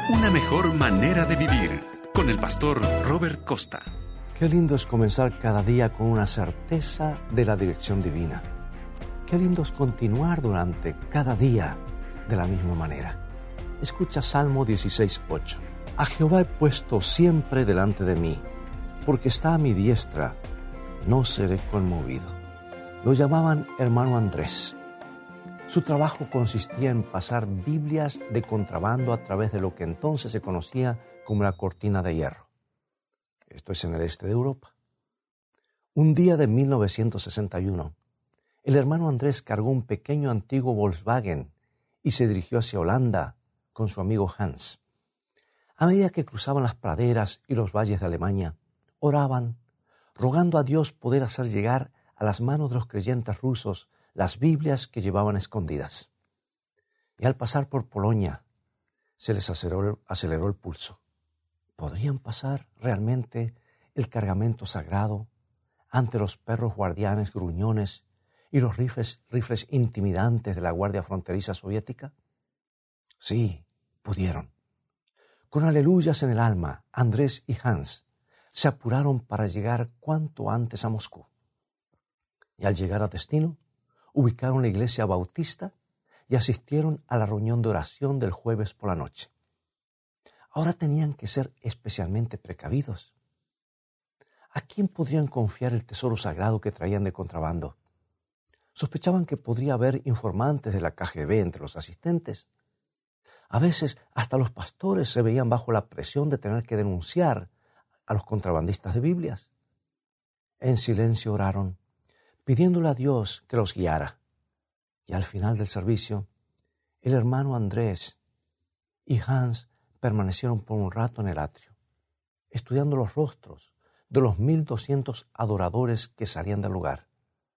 Una mejor manera de vivir, con el pastor Robert Costa. Qué lindo es comenzar cada día con una certeza de la dirección divina. Qué lindo es continuar durante cada día de la misma manera. Escucha Salmo 16:8. A Jehová he puesto siempre delante de mí, porque está a mi diestra, no seré conmovido. Lo llamaban hermano Andrés. Su trabajo consistía en pasar Biblias de contrabando a través de lo que entonces se conocía como la cortina de hierro. Esto es en el este de Europa. Un día de 1961, el hermano Andrés cargó un pequeño antiguo Volkswagen y se dirigió hacia Holanda con su amigo Hans. A medida que cruzaban las praderas y los valles de Alemania, oraban, rogando a Dios poder hacer llegar a las manos de los creyentes rusos las Biblias que llevaban escondidas. Y al pasar por Polonia, se les aceleró el pulso. ¿Podrían pasar realmente el cargamento sagrado ante los perros guardianes gruñones y los rifles intimidantes de la Guardia Fronteriza Soviética? Sí, pudieron. Con aleluyas en el alma, Andrés y Hans se apuraron para llegar cuanto antes a Moscú. Y al llegar a destino, ubicaron la iglesia bautista y asistieron a la reunión de oración del jueves por la noche. Ahora tenían que ser especialmente precavidos. ¿A quién podrían confiar el tesoro sagrado que traían de contrabando? Sospechaban que podría haber informantes de la KGB entre los asistentes. A veces hasta los pastores se veían bajo la presión de tener que denunciar a los contrabandistas de Biblias. En silencio oraron, pidiéndole a Dios que los guiara. Y al final del servicio, el hermano Andrés y Hans permanecieron por un rato en el atrio, estudiando los rostros de los 1,200 adoradores que salían del lugar.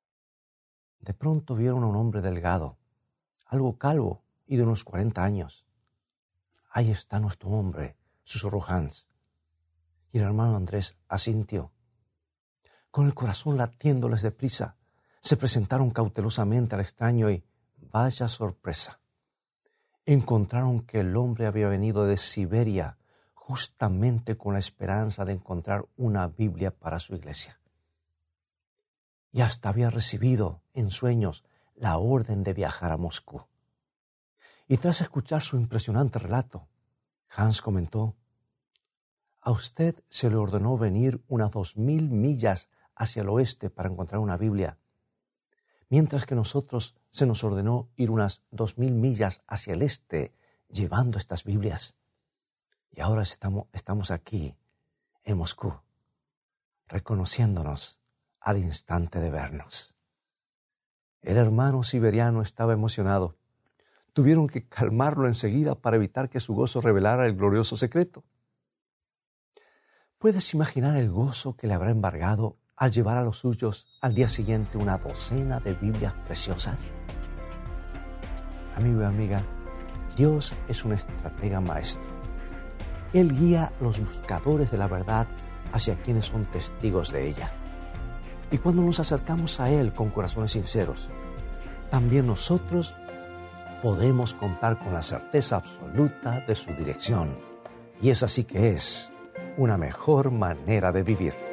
De pronto vieron a un hombre delgado, algo calvo y de unos 40 años. «Ahí está nuestro hombre», susurró Hans. Y el hermano Andrés asintió. Con el corazón latiéndoles deprisa, se presentaron cautelosamente al extraño y, vaya sorpresa, encontraron que el hombre había venido de Siberia justamente con la esperanza de encontrar una Biblia para su iglesia. Y hasta había recibido en sueños la orden de viajar a Moscú. Y tras escuchar su impresionante relato, Hans comentó: «A usted se le ordenó venir unas 2,000 millas hacia el oeste para encontrar una Biblia, mientras que nosotros se nos ordenó ir unas 2,000 millas hacia el este llevando estas Biblias. Y ahora estamos aquí, en Moscú, reconociéndonos al instante de vernos». El hermano siberiano estaba emocionado. Tuvieron que calmarlo enseguida para evitar que su gozo revelara el glorioso secreto. ¿Puedes imaginar el gozo que le habrá embargado al llevar a los suyos al día siguiente una docena de Biblias preciosas? Amigo y amiga, Dios es un estratega maestro. Él guía a los buscadores de la verdad hacia quienes son testigos de ella. Y cuando nos acercamos a Él con corazones sinceros, también nosotros podemos contar con la certeza absoluta de su dirección. Y esa sí que es una mejor manera de vivir.